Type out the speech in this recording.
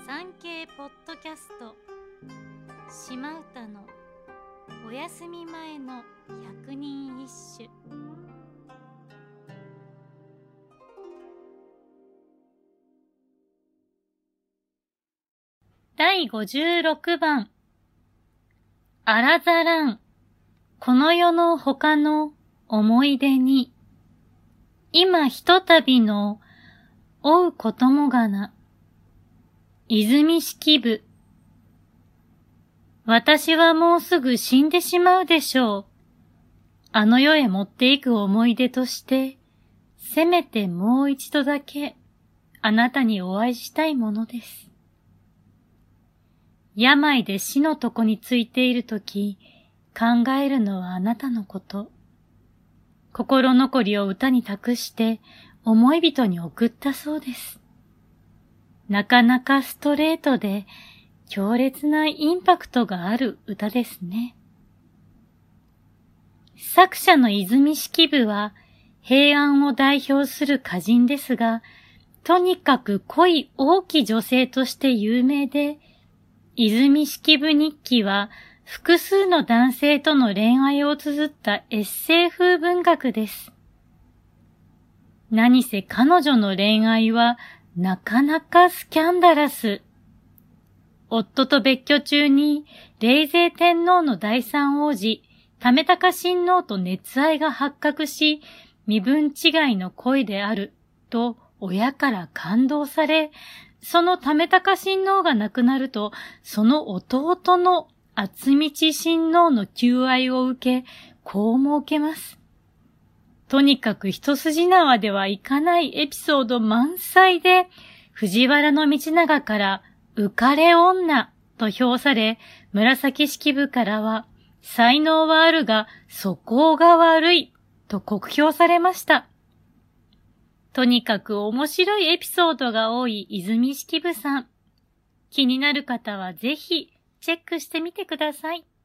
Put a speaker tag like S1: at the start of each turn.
S1: 産経ポッドキャスト島唄のお休み前の百人一首。第56番。あらざらん、この世の他の思い出に、今ひとたびの追うこともがな。泉式部。私はもうすぐ死んでしまうでしょう。あの世へ持っていく思い出として、せめてもう一度だけあなたにお会いしたいものです。病で死の床についているとき、考えるのはあなたのこと。心残りを歌に託して思い人に送ったそうです。なかなかストレートで強烈なインパクトがある歌ですね。作者の泉式部は平安を代表する歌人ですが、とにかく恋多き女性として有名で、泉式部日記は複数の男性との恋愛を綴ったエッセイ風文学です。何せ彼女の恋愛はなかなかスキャンダラス。夫と別居中に冷泉天皇の第三王子、為高親王と熱愛が発覚し、身分違いの恋であると親から感動され、その為高親王が亡くなると、その弟の敦道親王の求愛を受け、子をも受けます。とにかく一筋縄ではいかないエピソード満載で、藤原道長から浮かれ女と評され、紫式部からは才能はあるが素行が悪いと酷評されました。とにかく面白いエピソードが多い泉式部さん。気になる方はぜひチェックしてみてください。